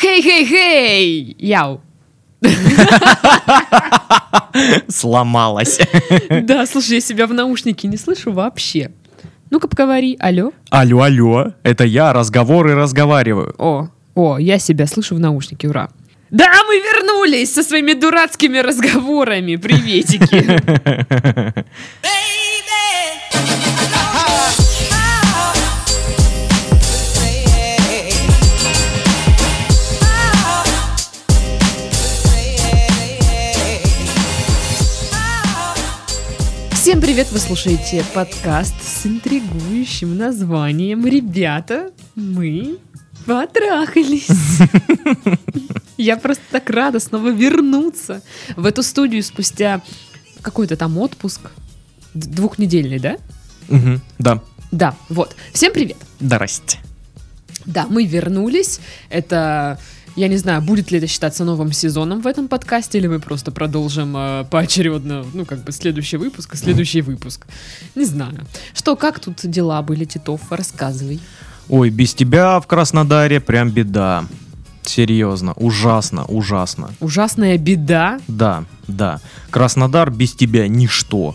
Хей-хей-хей! Яу! Сломалась. Да, слушай, я себя в наушнике не слышу вообще. Ну-ка, поговори. Алло? Алло, это я, разговоры разговариваю. О, я себя слышу в наушнике, ура. Да, мы вернулись со своими дурацкими разговорами. Приветики. Всем привет, вы слушаете подкаст с интригующим названием «Ребята, мы потрахались». Я просто так рада снова вернуться в эту студию спустя какой-то там отпуск, двухнедельный, да? Угу, да. Да, вот. Всем привет. Здрасте. Да, мы вернулись. Это... Я не знаю, будет ли это считаться новым сезоном в этом подкасте, или мы просто продолжим поочередно, следующий выпуск и следующий выпуск. Не знаю. Что, как тут дела были, Титов? Рассказывай. Ой, без тебя в Краснодаре прям беда. Серьезно, ужасно. Ужасная беда? Да. Краснодар без тебя ничто.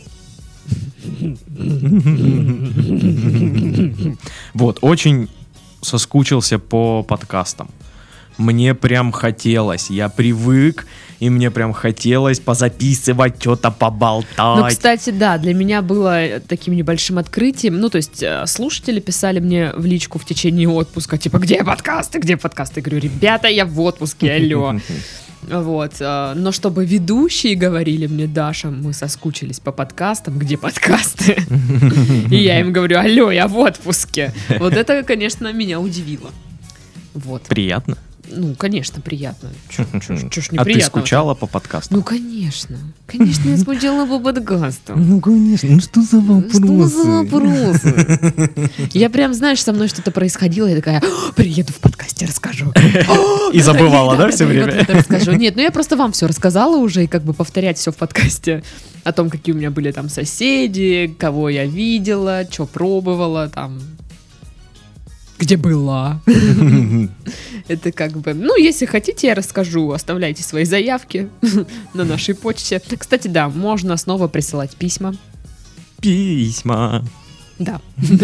Вот, очень соскучился по подкастам. Мне прям хотелось, я привык, и мне прям хотелось позаписывать, что-то поболтать. Ну, кстати, да, для меня было таким небольшим открытием. Ну, то есть слушатели писали мне в личку в течение отпуска, типа, где подкасты? Я говорю, ребята, я в отпуске, алло. Вот, но чтобы ведущие говорили мне: Даша, мы соскучились по подкастам, где подкасты? И я им говорю: алло, я в отпуске. Вот это, конечно, меня удивило. Вот. Приятно? Ну, конечно, приятно. Чё ж неприятно? А ты скучала по подкасту? Ну, конечно. Конечно, я скучала по подкасту. Ну, конечно. Ну, что за вопросы? Я прям, знаешь, со мной что-то происходило, я такая: приеду в подкасте, расскажу. И забывала, да, все время? Расскажу. Нет, ну я просто вам все рассказала уже, и повторять все в подкасте. О том, какие у меня были там соседи, кого я видела, что пробовала, там... Где была. Это ну, если хотите, я расскажу. Оставляйте свои заявки на нашей почте. Кстати, да, можно снова присылать письма. Письма. Да.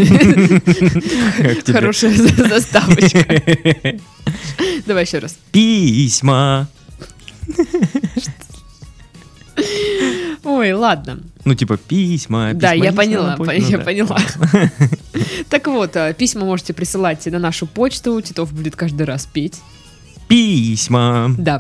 Хорошая заставочка. Давай еще раз. Письма. Ой, ладно. Ну, типа, письма. Да, я поняла. Так вот, письма можете присылать на нашу почту. Титов будет каждый раз петь. Письма. Да.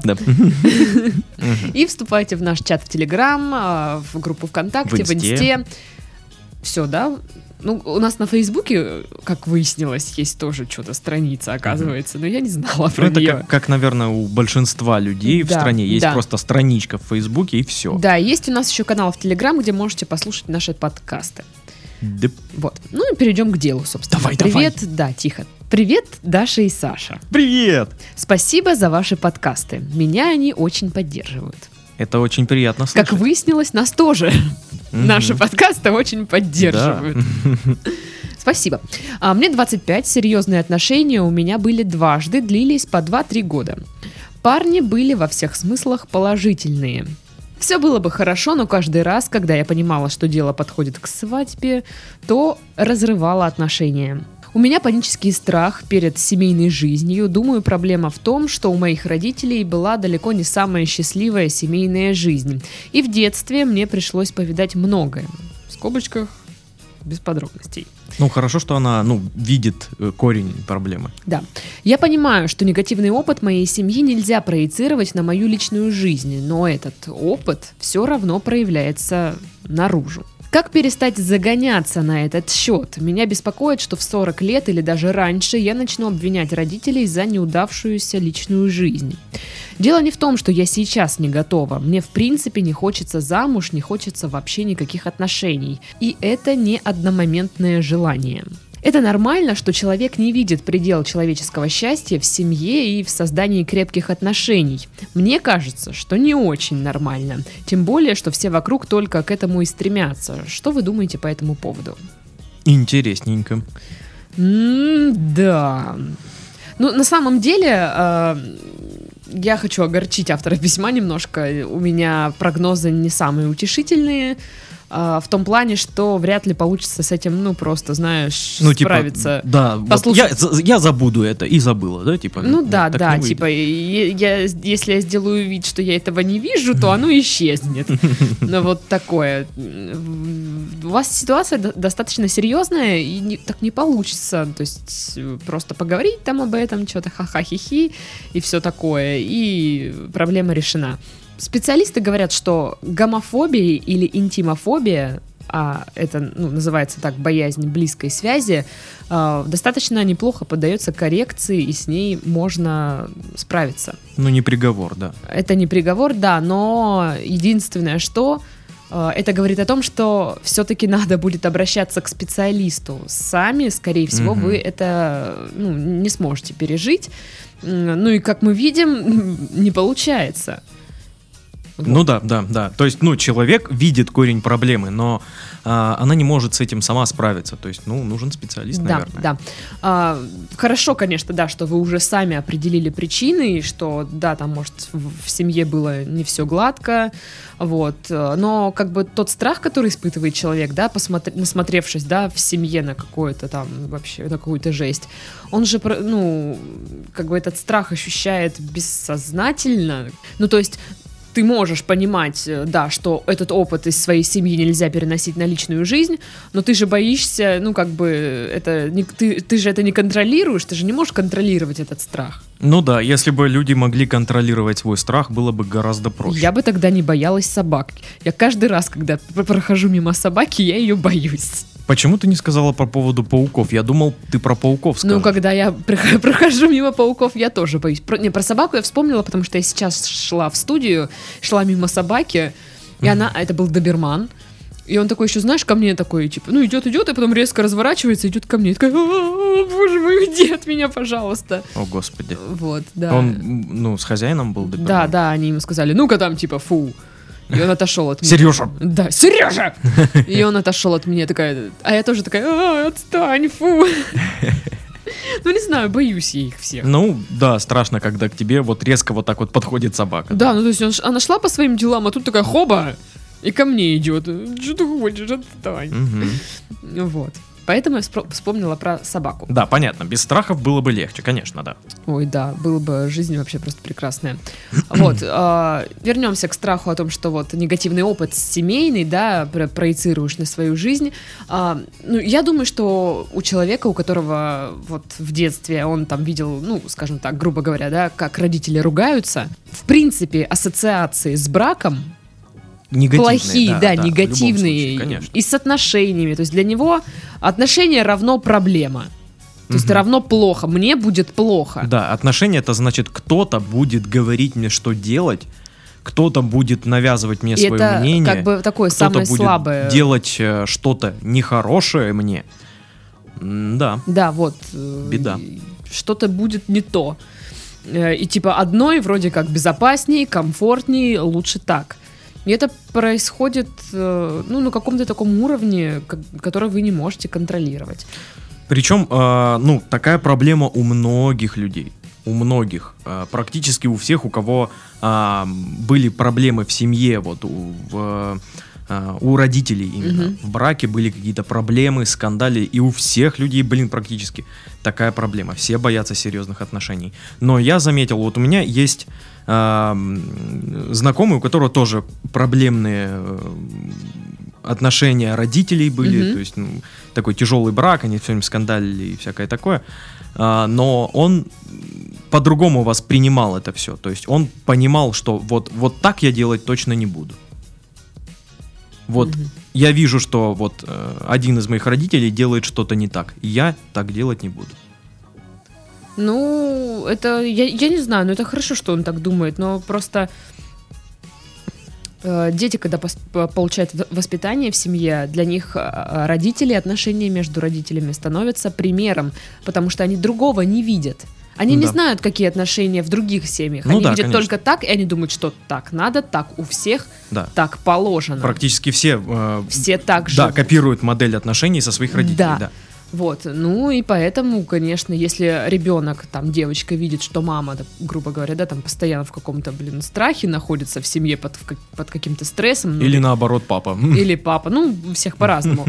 И вступайте в наш чат в Телеграм, в группу ВКонтакте, в Инсте. Все, да? Ну, у нас на Фейсбуке, как выяснилось, есть тоже что-то страница, оказывается, но я не знала про нее. Это как, наверное, у большинства людей в стране есть просто страничка в Фейсбуке и все. Да, есть у нас еще канал в Телеграм, где можете послушать наши подкасты. Да. Вот. Ну и перейдем к делу, собственно. Давай. Да, тихо. Привет, Даша и Саша. Привет! Спасибо за ваши подкасты. Меня они очень поддерживают. Это очень приятно слышать. Как выяснилось, нас тоже наши подкасты очень поддерживают. Спасибо. Мне 25, серьезные отношения у меня были дважды, длились по 2-3 года. Парни были во всех смыслах положительные. Все было бы хорошо, но каждый раз, когда я понимала, что дело подходит к свадьбе, то разрывала отношения. У меня панический страх перед семейной жизнью. Думаю, проблема в том, что у моих родителей была далеко не самая счастливая семейная жизнь. И в детстве мне пришлось повидать многое. В скобочках, без подробностей. Ну, хорошо, что она, видит корень проблемы. Да. Я понимаю, что негативный опыт моей семьи нельзя проецировать на мою личную жизнь, но этот опыт все равно проявляется наружу. Как перестать загоняться на этот счет? Меня беспокоит, что в 40 лет или даже раньше я начну обвинять родителей за неудавшуюся личную жизнь. Дело не в том, что я сейчас не готова. Мне в принципе не хочется замуж, не хочется вообще никаких отношений. И это не одномоментное желание. Это нормально, что человек не видит предел человеческого счастья в семье и в создании крепких отношений. Мне кажется, что не очень нормально. Тем более, что все вокруг только к этому и стремятся. Что вы думаете по этому поводу? Интересненько. Да. Ну, на самом деле, я хочу огорчить автора письма немножко. У меня прогнозы не самые утешительные. В том плане, что вряд ли получится с этим, ну, просто, знаешь, справиться. Типа, да, вот я забуду это и забыла, да, типа? Ну да, типа, если я сделаю вид, что я этого не вижу, то оно исчезнет. Ну, вот такое. У вас ситуация достаточно серьезная, и так не получится. То есть просто поговорить там об этом, что-то ха-ха-хи-хи, и все такое, и проблема решена. Специалисты говорят, что гомофобия или интимофобия, а это называется так, боязнь близкой связи, достаточно неплохо поддается коррекции, и с ней можно справиться. Ну, не приговор, да. Это не приговор, да, но единственное, что это говорит о том, что все-таки надо будет обращаться к специалисту. Сами, скорее всего, вы это не сможете пережить. Ну и, как мы видим, не получается. Вот. Ну да. То есть, человек видит корень проблемы, но она не может с этим сама справиться. То есть, нужен специалист, наверное. Да. Хорошо, конечно, да, что вы уже сами определили причины, и что, да, там, может, в семье было не все гладко, вот. Но, как бы, тот страх, который испытывает человек, да, насмотревшись, да, в семье на какое-то там, вообще, на какую-то жесть, он же, как бы, этот страх ощущает бессознательно. Ну, то есть ты можешь понимать, да, что этот опыт из своей семьи нельзя переносить на личную жизнь, но ты же боишься, ты же это не контролируешь, ты же не можешь контролировать этот страх. Ну да, если бы люди могли контролировать свой страх, было бы гораздо проще. Я бы тогда не боялась собак. Я каждый раз, когда прохожу мимо собаки, я ее боюсь. Почему ты не сказала по поводу пауков? Я думал, ты про пауков скажешь. Ну, когда я прохожу мимо пауков, я тоже боюсь. Про собаку я вспомнила, потому что я сейчас шла в студию, шла мимо собаки, и это был доберман, и он такой еще, знаешь, ко мне такой, типа, идет, и потом резко разворачивается, идет ко мне, и такой, боже мой, уйди от меня, пожалуйста. О, господи. Вот, да. Он, с хозяином был доберман? Да, они ему сказали, ну-ка там, типа, фу. И он отошел от меня. Сережа! Да, Сережа! И он отошел от меня, такая, а я тоже такая, отстань, фу. Не знаю, боюсь я их всех. Да, страшно, когда к тебе вот резко вот так вот подходит собака. Да, то есть она шла по своим делам, а тут такая хоба, и ко мне идет. Что ты хочешь, отстань. Вот. Поэтому я вспомнила про собаку. Да, понятно. Без страхов было бы легче, конечно, да. Ой, да, была бы жизнь вообще просто прекрасная. Вот, вернемся к страху о том, что вот негативный опыт семейный, да, проецируешь на свою жизнь. Я думаю, что у человека, у которого вот в детстве он там видел, скажем так, грубо говоря, да, как родители ругаются, в принципе, ассоциации с браком плохие, да, негативные, случае, и с отношениями. То есть для него отношения равно проблема. То есть равно плохо. Мне будет плохо. Да, отношения — это значит, кто-то будет говорить мне, что делать, кто-то будет навязывать мне свое мнение. Это как бы такое самое слабое. Кто-то будет делать что-то нехорошее мне. Да. Да, вот. Беда. Что-то будет не то. И типа одной вроде как безопаснее, комфортнее, лучше так. И это происходит на каком-то таком уровне, который вы не можете контролировать. Причем, такая проблема у многих людей. У многих. Практически у всех, у кого были проблемы в семье, вот у родителей именно. В браке были какие-то проблемы, скандали. И у всех людей, практически такая проблема. Все боятся серьезных отношений. Но я заметил, вот у меня есть знакомый, у которого тоже проблемные отношения родителей были, то есть такой тяжелый брак, они все время скандалили и всякое такое, но он по-другому воспринимал это все, то есть он понимал, что вот так я делать точно не буду. Вот я вижу, что вот один из моих родителей делает что-то не так, и я так делать не буду. Это, я не знаю, это хорошо, что он так думает, но просто дети, когда получают воспитание в семье, для них родители, отношения между родителями становятся примером, потому что они другого не видят. Они не знают, какие отношения в других семьях. Они видят конечно. Только так, и они думают, что так надо, так у всех, так положено. Практически все так же. Да, копируют модель отношений со своих родителей. Да. Вот, ну и поэтому, конечно, если ребенок, там, девочка видит, что мама, да, грубо говоря, да, там, постоянно в каком-то, страхе находится в семье под каким-то стрессом. Или наоборот папа. Или папа, ну, у всех по-разному.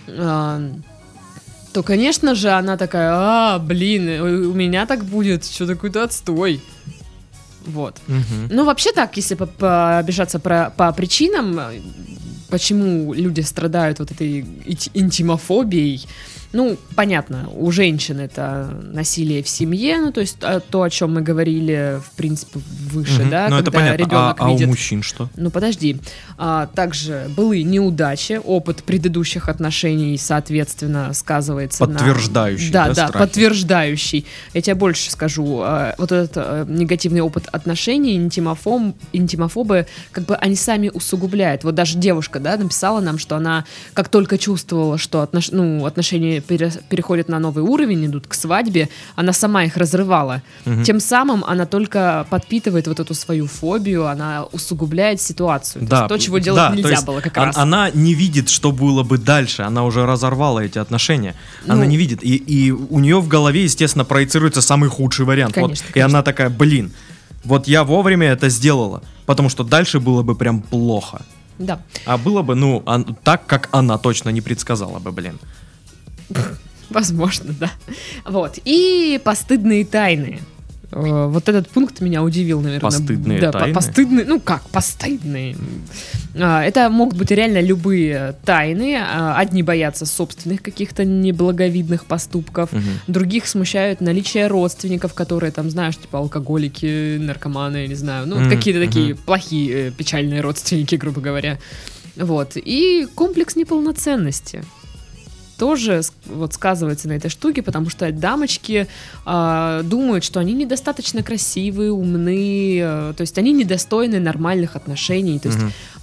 То, конечно же, она такая, у меня так будет, что такой-то отстой. Вот. Ну, вообще так, если побежаться по причинам, почему люди страдают вот этой интимофобией, ну, понятно, у женщин это насилие в семье, ну, то есть то, о чем мы говорили, в принципе, выше, да, ну, когда ребенок видит... А у мужчин что? Ну, подожди. Также были неудачи, опыт предыдущих отношений, соответственно, сказывается подтверждающий, да, страхи? Подтверждающий. Я тебе больше скажу. Вот этот негативный опыт отношений, интимофобы, как бы они сами усугубляют. Вот даже девушка, да, написала нам, что она как только чувствовала, что отношения переходят на новый уровень, идут к свадьбе, она сама их разрывала. Тем самым она только подпитывает вот эту свою фобию, она усугубляет ситуацию. Да, то есть то, чего делать нельзя было как раз. Она не видит, что было бы дальше, она уже разорвала эти отношения. Она не видит. И у нее в голове, естественно, проецируется самый худший вариант. Конечно, вот, и она такая, вот я вовремя это сделала, потому что дальше было бы прям плохо. Да. А было бы, так, как она точно не предсказала бы, Возможно, да. Вот. И постыдные тайны. Вот этот пункт меня удивил, наверное. Постыдные тайны? Постыдные, постыдные. Это могут быть реально любые тайны. Одни боятся собственных каких-то неблаговидных поступков, других смущают наличие родственников, которые там, знаешь, типа алкоголики, наркоманы, я не знаю, вот какие-то такие плохие, печальные родственники, грубо говоря. Вот. И комплекс неполноценности тоже вот сказывается на этой штуке, потому что дамочки думают, что они недостаточно красивые, умны, то есть они недостойны нормальных отношений, то есть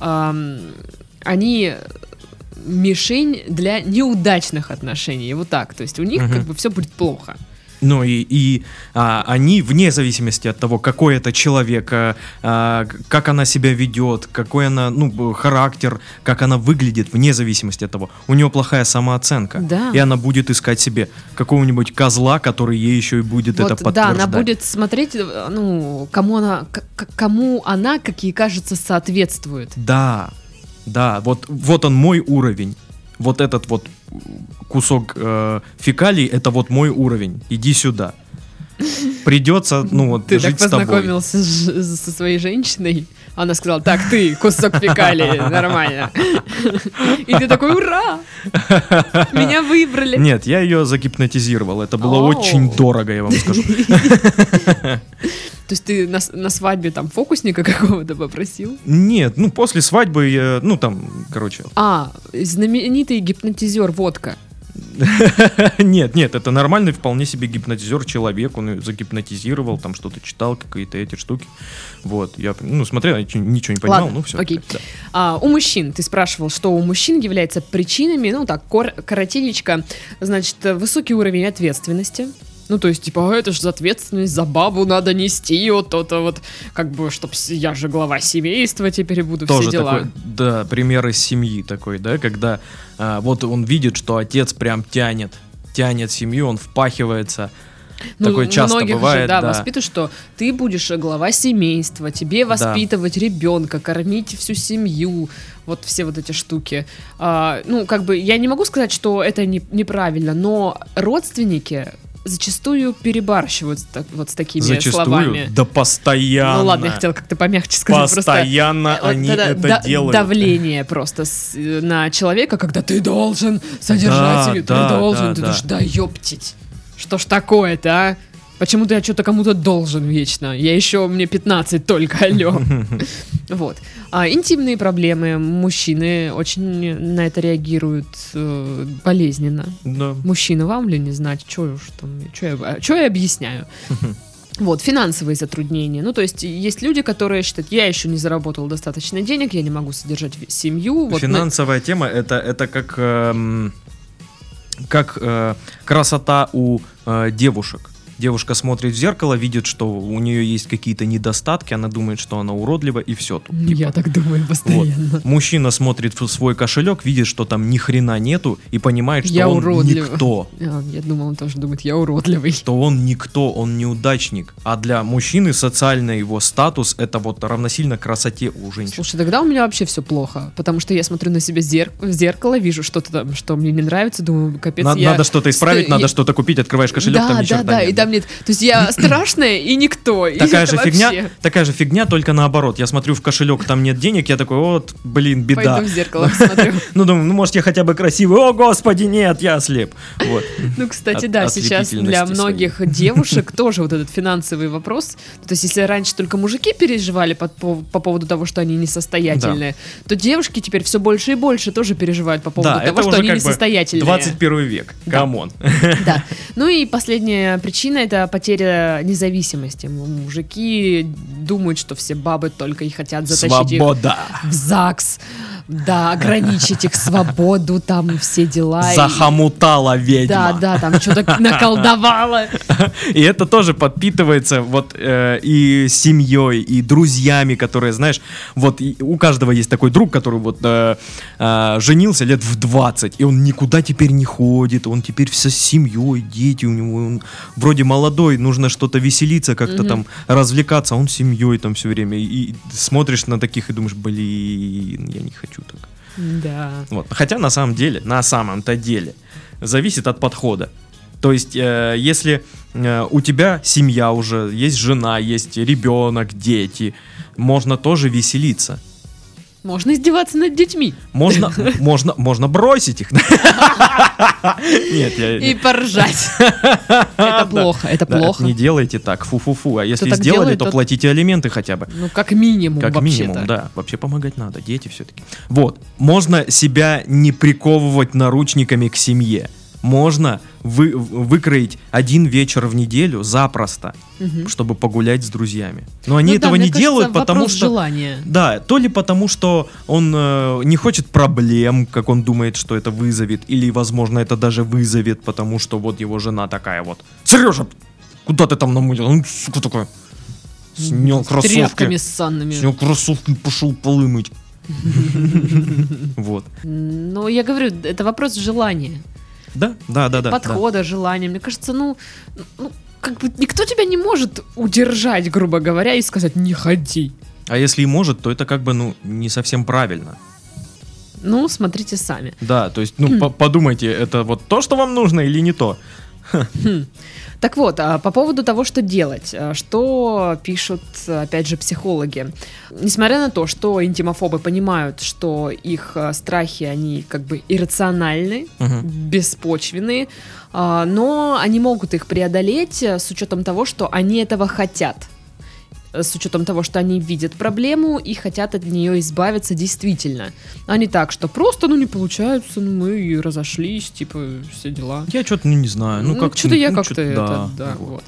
они мишень для неудачных отношений, вот так, то есть у них как бы все будет плохо. Ну и они, вне зависимости от того, какой это человек, как она себя ведет, какой она, характер, как она выглядит, вне зависимости от того, у нее плохая самооценка. Да. И она будет искать себе какого-нибудь козла, который ей еще и будет это подтверждать. Да, она будет смотреть, кому она, как ей кажется, соответствует. Да, вот он мой уровень. Вот этот вот кусок фекалий, это вот мой уровень. Иди сюда. Придется, ты жить так с тобой. Ты познакомился со своей женщиной, она сказала, так, ты, кусок фекалий, нормально. И ты такой, ура! Меня выбрали. Нет, я ее загипнотизировал. Это было очень дорого, я вам скажу. То есть ты на свадьбе там фокусника какого-то попросил? Нет, после свадьбы я, короче. Знаменитый гипнотизер водка. Нет, это нормальный вполне себе гипнотизер человек, он ее загипнотизировал, там что-то читал, какие-то эти штуки. Вот, я, смотрел, ничего не понимал, ладно, все. Окей. Да. У мужчин, ты спрашивал, что у мужчин является причинами, коротенечко, значит, высокий уровень ответственности. То есть, это же ответственность за бабу надо нести, вот то-то вот, как бы, чтоб я же глава семейства, теперь буду тоже все дела. Такой, да, пример из семьи такой, да, когда вот он видит, что отец прям тянет семью, он впахивается. Такое часто многих бывает, же, воспитывают, что ты будешь глава семейства, тебе воспитывать ребенка, кормить всю семью, вот все вот эти штуки. Я не могу сказать, что это неправильно, но родственники зачастую перебарщивают с такими словами. Да постоянно. Ну ладно, я хотела как-то помягче сказать. Постоянно они это делают. Давление просто на человека, когда ты должен содержать семью, ты должен, ты должен, ёптить. Что ж такое-то, а? Почему-то я что-то кому-то должен вечно. Мне 15 только, алло. Вот. Интимные проблемы. Мужчины очень на это реагируют болезненно. Да. Мужчина, вам ли не знать, что я объясняю? Вот, финансовые затруднения. То есть есть люди, которые считают, я еще не заработал достаточно денег, я не могу содержать семью. Финансовая тема, это как красота у девушек. Девушка смотрит в зеркало, видит, что у нее есть какие-то недостатки, она думает, что она уродлива, и все тут. Я так думаю постоянно. Вот. Мужчина смотрит в свой кошелек, видит, что там ни хрена нету, и понимает, что Я он уродлива. никто. Я думал, он тоже думает, я уродливый. Что он никто, он неудачник. А для мужчины социальный его статус это вот равносильно красоте у женщин. Слушай, тогда у меня вообще все плохо, потому что я смотрю на себя в зеркало, вижу что-то там, что мне не нравится, думаю, капец, Надо что-то исправить, надо что-то купить, открываешь кошелек, там ни черта нет. И там нет. То есть я страшная и никто. Такая же фигня, только наоборот. Я смотрю в кошелек, там нет денег, я такой, вот, блин, беда. Пойду в зеркало посмотрю. Ну, думаю, может, я хотя бы красивый. О, господи, нет, я ослеп. Вот. Ну, кстати, да, сейчас для многих девушек тоже вот этот финансовый вопрос. То есть, если раньше только мужики переживали по поводу того, что они несостоятельные, то девушки теперь все больше и больше тоже переживают по поводу того, что они несостоятельные. 21 век, камон. Да. Ну и последняя причина — это потеря независимости. Мужики думают, что все бабы только и хотят затащить их в ЗАГС. Да, ограничить их свободу, там все дела. Захомутала ведьма. Да, там что-то наколдовала. И это тоже подпитывается вот и семьей, и друзьями, которые, знаешь, вот у каждого есть такой друг, который вот женился лет в 20, и он никуда теперь не ходит, он теперь все с семьей, дети у него, он вроде молодой, нужно что-то веселиться, как-то там развлекаться, а он с семьей там все время, и смотришь на таких и думаешь, блин, я не хочу так. Да. Вот. Хотя на самом-то деле, зависит от подхода. То есть, если у тебя семья уже, есть жена, есть ребенок, дети, можно тоже веселиться. Можно издеваться над детьми. Можно бросить их. Нет, и поржать. Это плохо, это плохо. Не делайте так, фу-фу-фу. А если сделали, то платите алименты хотя бы. Ну, как минимум, вообще-то. Как минимум, да. Вообще помогать надо, дети все-таки. Вот. Можно себя не приковывать наручниками к семье. Можно выкроить один вечер в неделю запросто, чтобы погулять с друзьями. Но они этого не делают, потому что... желания. Да, то ли потому, что он не хочет проблем, как он думает, что это вызовет, или, возможно, это даже вызовет, потому что вот его жена такая вот: Сережа, куда ты там намылил? Он, сука, такой, снял кроссовки. Тряпками ссанными. Снял кроссовки, пошел полы мыть. Вот. Ну, я говорю, это вопрос желания. Да. Подхода, желания. Мне кажется, как бы никто тебя не может удержать, грубо говоря, и сказать: не ходи. А если и может, то это как бы, не совсем правильно. Ну, смотрите сами. Да, то есть, подумайте, это вот то, что вам нужно, или не то? Так вот, по поводу того, что делать, что пишут, опять же, психологи. Несмотря на то, что интимофобы понимают, что их страхи, они как бы иррациональны, беспочвенные, но они могут их преодолеть с учетом того, что они этого хотят. С учетом того, что они видят проблему и хотят от нее избавиться действительно. А не так, что просто, не получается, мы и разошлись, типа, все дела. Я что-то не знаю. Что-то я как-то вот.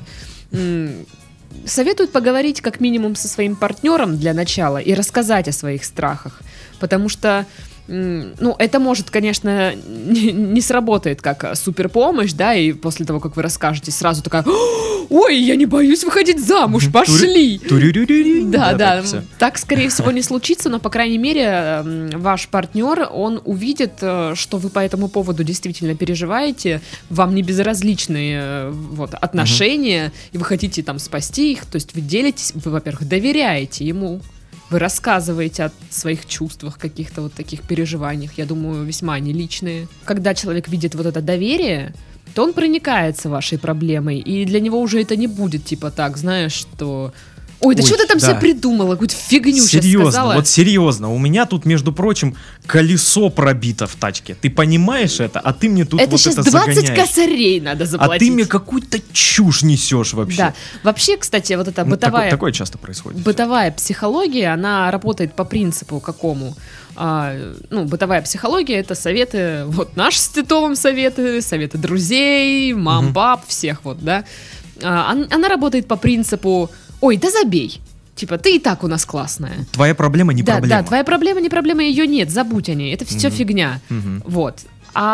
Советуют поговорить как минимум со своим партнером для начала и рассказать о своих страхах. Потому что это может, конечно, не сработает как суперпомощь, да, и после того, как вы расскажете, сразу такая: ой, я не боюсь выходить замуж, пошли! Да, так, скорее всего, не случится, но, по крайней мере, ваш партнер, он увидит, что вы по этому поводу действительно переживаете, вам не безразличны отношения, и вы хотите там спасти их, то есть вы делитесь, вы, во-первых, доверяете ему. Вы рассказываете о своих чувствах, каких-то вот таких переживаниях, я думаю, весьма не личные. Когда человек видит вот это доверие, то он проникается вашей проблемой, и для него уже это не будет типа так, знаешь, что... Ой, да что ты там себе придумала? Какую-то фигню сейчас сказала. Вот серьезно, у меня тут, между прочим, колесо пробито в тачке. Ты понимаешь это? А ты мне тут это вот сейчас это 20 загоняешь. Косарей надо заплатить. А ты мне какую-то чушь несешь вообще. Да. Вообще, кстати, вот эта бытовая... Такое часто происходит. Бытовая психология, она работает по принципу какому? Бытовая психология — это советы, наши с Титовым советы друзей, мам, пап, всех да. Она работает по принципу: ой, да забей. Типа, ты и так у нас классная. Твоя проблема не проблема. Да, твоя проблема не проблема, ее нет, забудь о ней. Это все фигня. Вот. А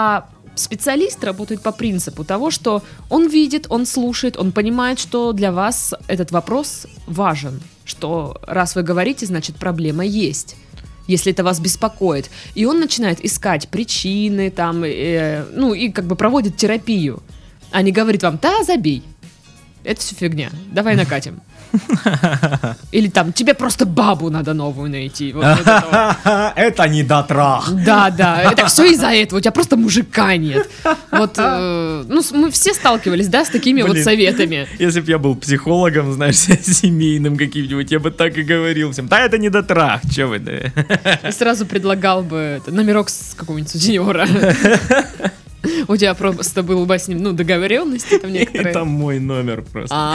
специалист работает по принципу того, что он видит, он слушает, он понимает, что для вас этот вопрос важен, что раз вы говорите, значит проблема есть, если это вас беспокоит. И он начинает искать причины, там, и как бы проводит терапию, а не говорит вам: да, забей, это все фигня, давай накатим. Или там: тебе просто бабу надо новую найти. Вот это недотрах. Да, это все из-за этого, у тебя просто мужика нет. Вот, мы все сталкивались, да, с такими вот советами. Если бы я был психологом, знаешь, семейным каким-нибудь, я бы так и говорил всем: да, это недотрах, че вы, да. И сразу предлагал бы номерок с какого-нибудь сутенера. У тебя просто был бы с ним, договоренности там некоторые. И там мой номер просто.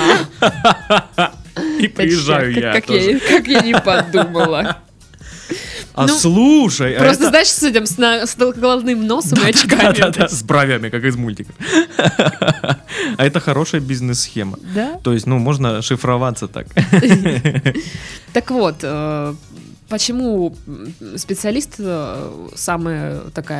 И приезжаю я тоже. Как я не подумала. Слушай... Просто, знаешь, с этим, с толкоглазным носом и очками. Да, с бровями, как из мультиков. А это хорошая бизнес-схема. Да? То есть, можно шифроваться так. Так вот, почему специалист самый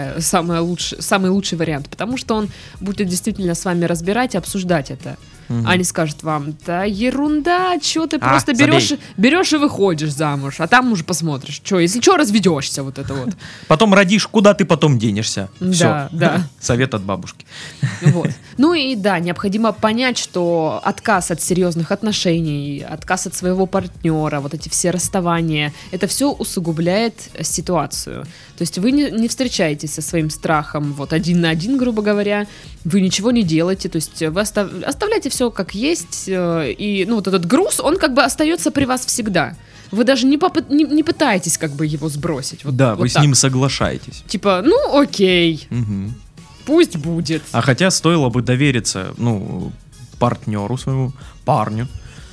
лучший вариант? Потому что он будет действительно с вами разбирать и обсуждать это. А не скажет вам: да ерунда, что ты просто берешь и выходишь замуж, а там уже посмотришь, что, если что, разведешься, вот это вот. Потом родишь, куда ты потом денешься. Все. Да. Совет от бабушки. Вот. Необходимо понять, что отказ от серьезных отношений, отказ от своего партнера, вот эти все расставания, это все усугубляет ситуацию. То есть вы не встречаетесь со своим страхом вот один на один, грубо говоря, вы ничего не делаете, то есть вы оставляете все как есть, и вот этот груз, он как бы остается при вас всегда. Вы даже не пытаетесь как бы его сбросить. Вы с ним соглашаетесь. Типа, окей, пусть будет. А хотя стоило бы довериться, партнеру своему, парню,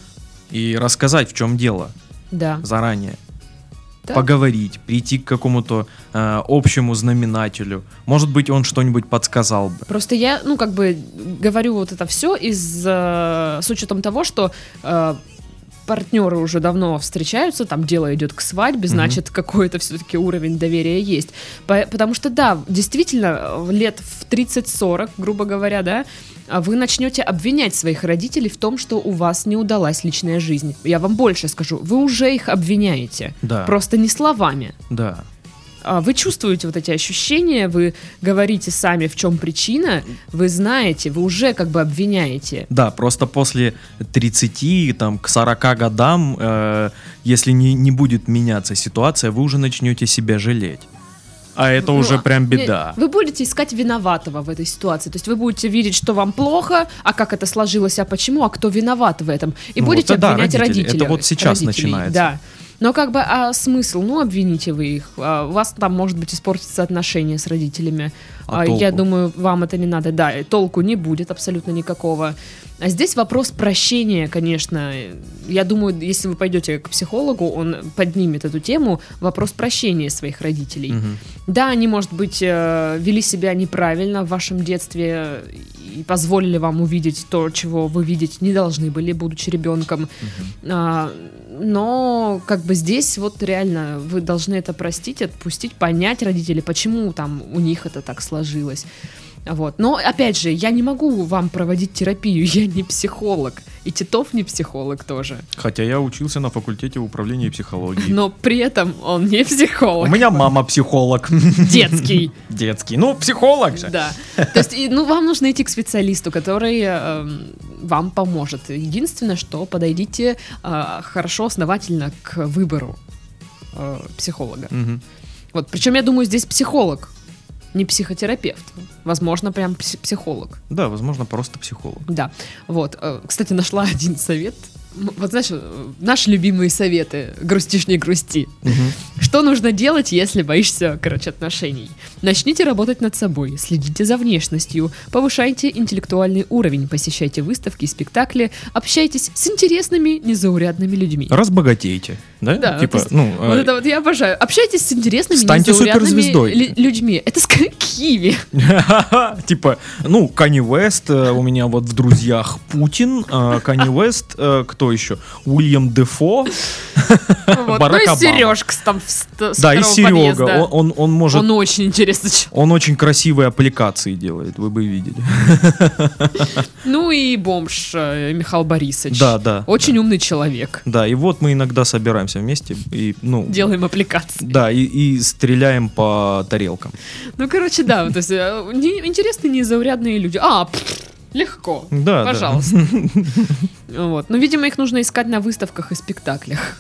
и рассказать, в чем дело. Да. Заранее. Да. Поговорить, прийти к какому-то общему знаменателю. Может быть, он что-нибудь подсказал бы. Просто я, говорю вот это все с учетом того, что партнеры уже давно встречаются, там дело идет к свадьбе, значит, какой-то все-таки уровень доверия есть. Потому что, да, действительно, лет в 30-40, грубо говоря, да, вы начнете обвинять своих родителей в том, что у вас не удалась личная жизнь. Я вам больше скажу, вы уже их обвиняете. Да. Просто не словами. Да. Вы чувствуете вот эти ощущения, вы говорите сами, в чем причина, вы знаете, вы уже как бы обвиняете. Да, просто после 30, к 40 годам, если не будет меняться ситуация, вы уже начнете себя жалеть. А это уже прям беда. Вы будете искать виноватого в этой ситуации. То есть вы будете видеть, что вам плохо, а как это сложилось, а почему, а кто виноват в этом. И будете обвинять родителей. Это вот сейчас начинается. Да. Но смысл? Обвините вы их. У вас там, может быть, испортятся отношения с родителями. Я думаю, вам это не надо. Да, толку не будет абсолютно никакого. А здесь вопрос прощения, конечно. Я думаю, если вы пойдете к психологу, он поднимет эту тему, вопрос прощения своих родителей. Да, они, может быть, вели себя неправильно в вашем детстве и позволили вам увидеть то, чего вы видеть не должны были, будучи ребенком. Но как бы здесь вот реально вы должны это простить, отпустить, понять родителей, почему там у них это так сложилось. Вот. Но, опять же, я не могу вам проводить терапию, я не психолог. И Титов не психолог тоже. Хотя я учился на факультете управления психологией. Но при этом он не психолог. У меня мама психолог. Детский. Детский. Психолог же. Да. То есть, вам нужно идти к специалисту, который вам поможет. Единственное, что подойдите хорошо, основательно к выбору психолога. Вот. Причем, я думаю, здесь психолог. Не психотерапевт. Возможно, прям психолог. Да, возможно, просто психолог. Да. Вот. Кстати, нашла один совет. Вот знаешь, наши любимые советы. Грустишь, не грусти. Что нужно делать, если боишься, отношений? Начните работать над собой, следите за внешностью, повышайте интеллектуальный уровень, посещайте выставки и спектакли, общайтесь с интересными, незаурядными людьми. Разбогатейте. Да? Да. Типа, вот это вот я обожаю. Общайтесь с интересными, станьте незаурядными людьми. Это с какими? Типа, Канье Уэст, у меня вот в друзьях Путин, Канье Уэст, кто кто еще? Уильям Дефо, Вот. Барак Ну и Обама. Сережка там с Да, и второго Серега, подъезда. он может... Он очень интересный человек. Он очень красивые аппликации делает, вы бы видели. Ну и бомж Михаил Борисович. Да. Очень умный человек. Да, и вот мы иногда собираемся вместе и, ну... Делаем аппликации. Да, и стреляем по тарелкам. Ну, короче, да, то есть интересные, незаурядные люди. Легко. Да, Пожалуйста. Вот. Но, видимо, их нужно искать на выставках и спектаклях.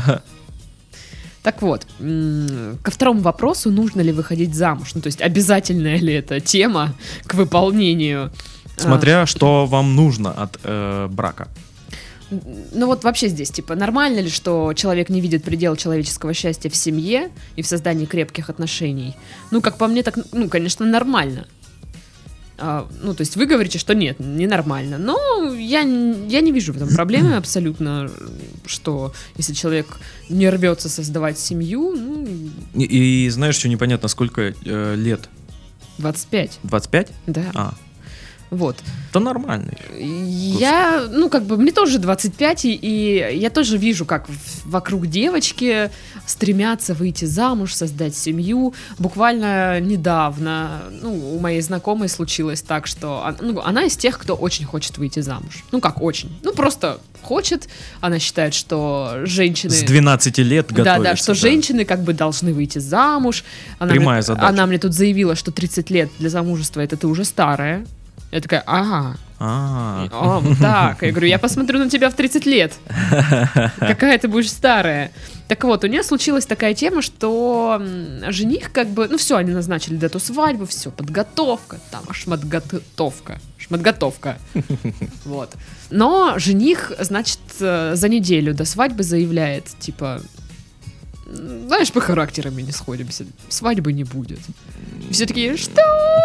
Так вот, ко второму вопросу, нужно ли выходить замуж. Ну, то есть, обязательная ли эта тема к выполнению. Смотря, что вам нужно от брака. Ну вот вообще здесь, типа, нормально ли, что человек не видит предела человеческого счастья в семье и в создании крепких отношений? Ну, как по мне, так, ну, конечно, нормально. Ну, то есть вы говорите, что нет, ненормально. Но я не вижу в этом проблемы абсолютно, что если человек не рвется создавать семью, ну... И знаешь, что непонятно, сколько лет? 25. 25? Да. Вот. Это нормально. Я, ну, как бы, мне тоже 25, и я тоже вижу, как вокруг девочки стремятся выйти замуж, создать семью. Буквально недавно, ну, у моей знакомой случилось так, что она из тех, кто очень хочет выйти замуж. Ну, как очень? Ну, просто хочет. Она считает, что женщины... С 12 лет готовятся. Да, что женщины как бы должны выйти замуж. Прямая задача. Она мне тут заявила, что 30 лет для замужества — это ты уже старая. Я такая, вот так. Я говорю, я посмотрю на тебя в 30 лет. Какая ты будешь старая. Так вот, у нее случилась такая тема, что жених как бы, ну все, они назначили дату свадьбы, все, подготовка, там, шматготовка. Вот. Но жених, значит, за неделю до свадьбы заявляет, типа, знаешь, по характерам не сходимся, свадьбы не будет. И все такие, что?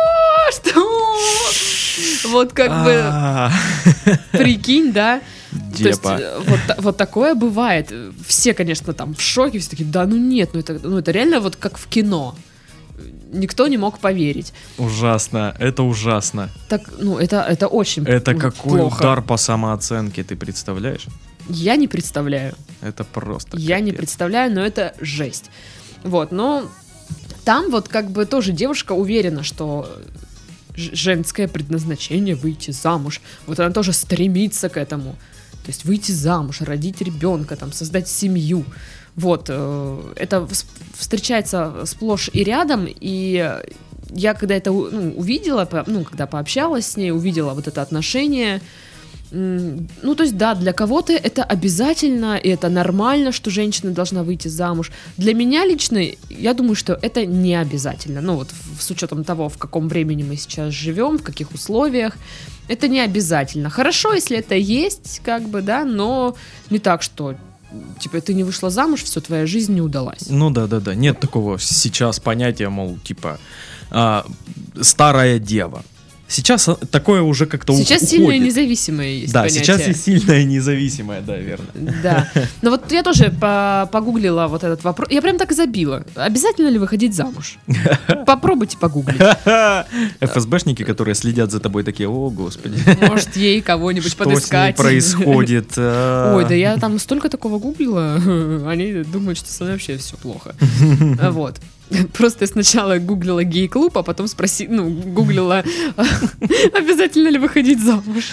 Вот как бы, прикинь, да? Депа. То есть, вот такое бывает. Все, конечно, там в шоке, все такие, да ну нет, это реально вот как в кино. Никто не мог поверить. Ужасно, это ужасно. Так, ну это очень Это какой плохо. удар по самооценке, ты представляешь? Я не представляю. Это просто Я не капец. представляю, но это жесть. Вот, но там вот как бы тоже девушка уверена, что женское предназначение выйти замуж. Вот она тоже стремится к этому. То есть выйти замуж, родить ребенка, там, создать семью. Вот, это встречается сплошь и рядом, и я когда это увидела, когда пообщалась с ней, увидела вот это отношение. Ну, то есть, да, для кого-то это обязательно, и это нормально, что женщина должна выйти замуж. Для меня лично, я думаю, что это не обязательно. Ну, вот с учетом того, в каком времени мы сейчас живем, в каких условиях, это не обязательно. Хорошо, если это есть, как бы, да, но не так, что, типа, ты не вышла замуж, все, твоя жизнь не удалась. Ну да. Нет такого сейчас понятия, мол, типа, старая дева. Сейчас такое уже как-то уходит. Сейчас сильная независимая есть понятие. Да, сейчас и сильная независимая, да, верно. Да. Но вот я тоже погуглила вот этот вопрос. Я прям так и забила. Обязательно ли выходить замуж? Попробуйте погуглить. ФСБшники, которые следят за тобой, такие, о, господи. Может, ей кого-нибудь подыскать. Что с ней происходит? Ой, да я там столько такого гуглила. Они думают, что со мной вообще все плохо. Вот. Просто я сначала гуглила гей-клуб, а потом гуглила, обязательно ли выходить замуж.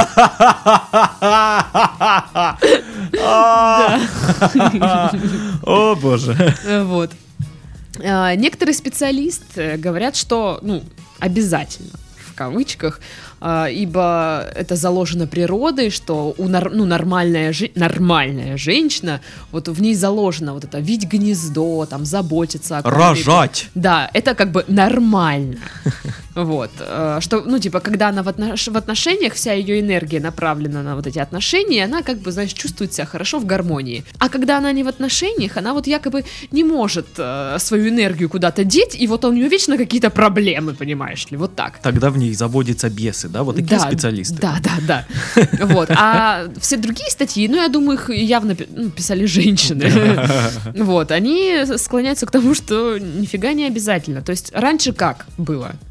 О, боже. Вот. Некоторые специалисты говорят, что, обязательно, в кавычках, ибо это заложено природой, что нормальная женщина, вот в ней заложено вот это видеть гнездо, там, заботиться о ком-то. Рожать. Да, это как бы нормально. Вот. Что, когда она в отношениях, вся ее энергия направлена на вот эти отношения, она как бы, знаешь, чувствует себя хорошо в гармонии. А когда она не в отношениях, она вот якобы не может свою энергию куда-то деть, и вот у нее вечно какие-то проблемы, понимаешь ли, вот так. Тогда в ней заводятся бесы, да? Вот такие специалисты. Да. Вот. А все другие статьи, я думаю, их явно писали женщины. Вот. Они склоняются к тому, что нифига не обязательно. То есть раньше как было?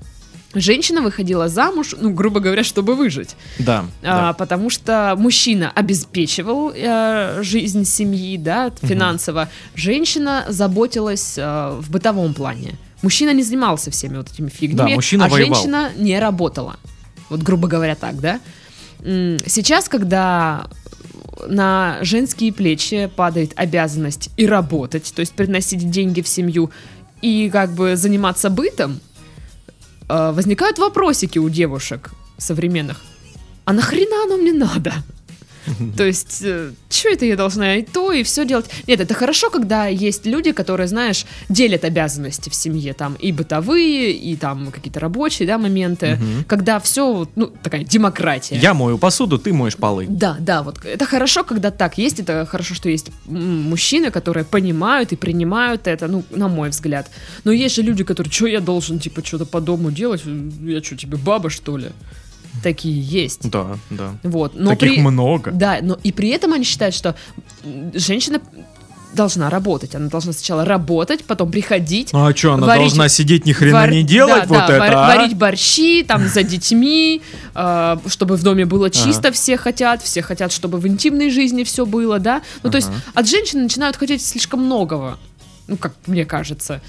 Женщина выходила замуж, ну, грубо говоря, чтобы выжить. Да. Потому что мужчина обеспечивал жизнь семьи, да, финансово. Женщина заботилась в бытовом плане. Мужчина не занимался всеми вот этими фигнями, мужчина воевал. Женщина не работала. Вот, грубо говоря, так, да? Сейчас, когда на женские плечи падает обязанность и работать, то есть приносить деньги в семью и как бы заниматься бытом, возникают вопросики у девушек современных. А нахрена оно мне надо? То есть, что это я должна и то, и все делать? Нет, это хорошо, когда есть люди, которые, знаешь, делят обязанности в семье, там, и бытовые, и там какие-то рабочие, да, моменты, когда все, ну, такая демократия. Я мою посуду, ты моешь полы. Да, вот, это хорошо, когда так есть, это хорошо, что есть мужчины, которые понимают и принимают это, ну, на мой взгляд. Но есть же люди, которые, что я должен, типа, что-то по дому делать, я что, тебе баба, что ли? Такие есть. Да. Вот. Но таких много. Да, но и при этом они считают, что женщина должна работать. Она должна сначала работать, потом приходить. А что, она должна сидеть ни хрена не делать? Варить борщи, там, за детьми, чтобы в доме было чисто, все хотят, чтобы в интимной жизни все было, да? Ну, то есть от женщины начинают хотеть слишком многого, ну, как мне кажется.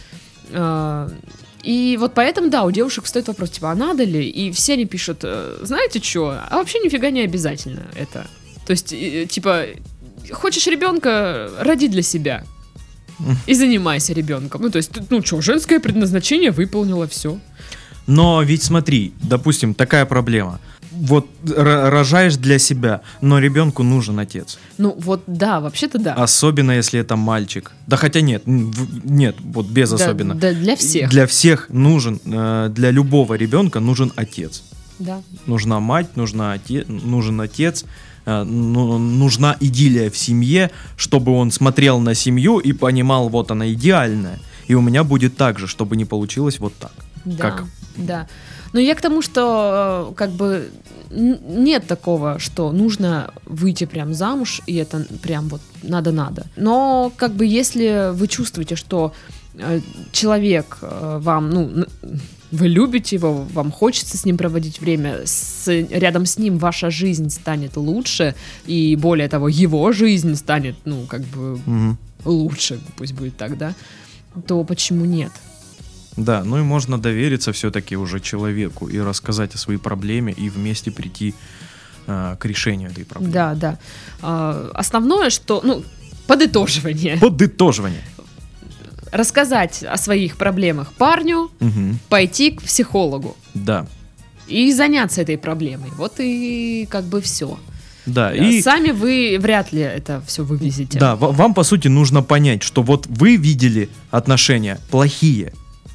И вот поэтому, да, у девушек встает вопрос, типа, а надо ли? И все они пишут, знаете что, а вообще нифига не обязательно это. То есть, типа, хочешь ребенка, роди для себя. И занимайся ребенком. Ну, то есть, ну что, женское предназначение выполнило, все. Но ведь смотри, допустим, такая проблема. Вот рожаешь для себя, но ребенку нужен отец. Ну вот да, вообще-то да. Особенно если это мальчик. Да хотя нет, вот без особенно. Да, для всех. Для всех нужен, для любого ребенка нужен отец. Да. Нужна мать, нужен отец, нужна идиллия в семье, чтобы он смотрел на семью и понимал, вот она идеальная. И у меня будет так же, чтобы не получилось вот так. Да, да. Но я к тому, что как бы нет такого, что нужно выйти прям замуж, и это прям вот надо-надо. Но как бы если вы чувствуете, что человек вам, ну, вы любите его, вам хочется с ним проводить время, рядом с ним ваша жизнь станет лучше, и более того, его жизнь станет, ну, как бы лучше, пусть будет так, да, то почему нет? Да, ну и можно довериться все-таки уже человеку и рассказать о своей проблеме и вместе прийти к решению этой проблемы. Да. Основное, что, ну, подытоживание. Рассказать о своих проблемах парню, пойти к психологу. Да. И заняться этой проблемой. Вот и как бы все. Да, и сами вы вряд ли это все вывезете. Да, вам по сути нужно понять, что вот вы видели отношения плохие,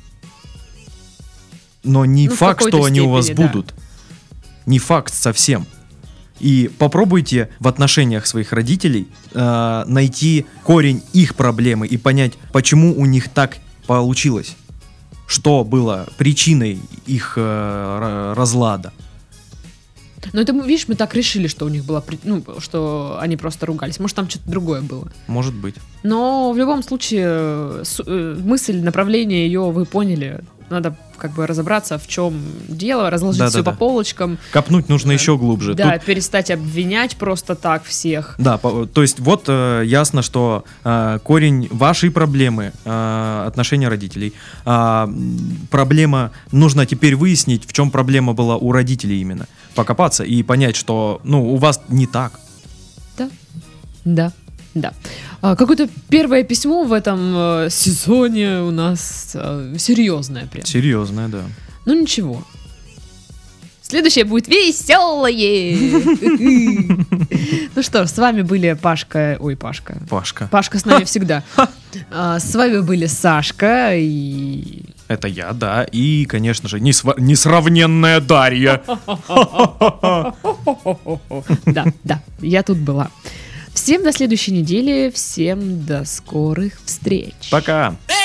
но не факт, что они у вас будут. Не факт совсем. И попробуйте в отношениях своих родителей найти корень их проблемы и понять, почему у них так получилось. Что было причиной их разлада. Но это, видишь, мы так решили, что у них было, ну, что они просто ругались. Может, там что-то другое было. Может быть. Но в любом случае мысль, направление ее вы поняли. Надо как бы разобраться, в чем дело, разложить все по полочкам. Копнуть нужно еще глубже. Да, перестать обвинять просто так всех. Да, то есть вот ясно, что корень вашей проблемы, отношения родителей, проблема, нужно теперь выяснить, в чем проблема была у родителей именно. Покопаться и понять, что, ну, у вас не так. Да. Какое-то первое письмо в этом сезоне у нас серьезное прям. Серьезное, да. Ну ничего. Следующее будет веселое. Ну что ж, с вами были Пашка. Пашка с нами всегда. С вами были Сашка и... Это я, да. И, конечно же, несравненная Дарья. Да, я тут была. Всем до следующей недели, всем до скорых встреч. Пока.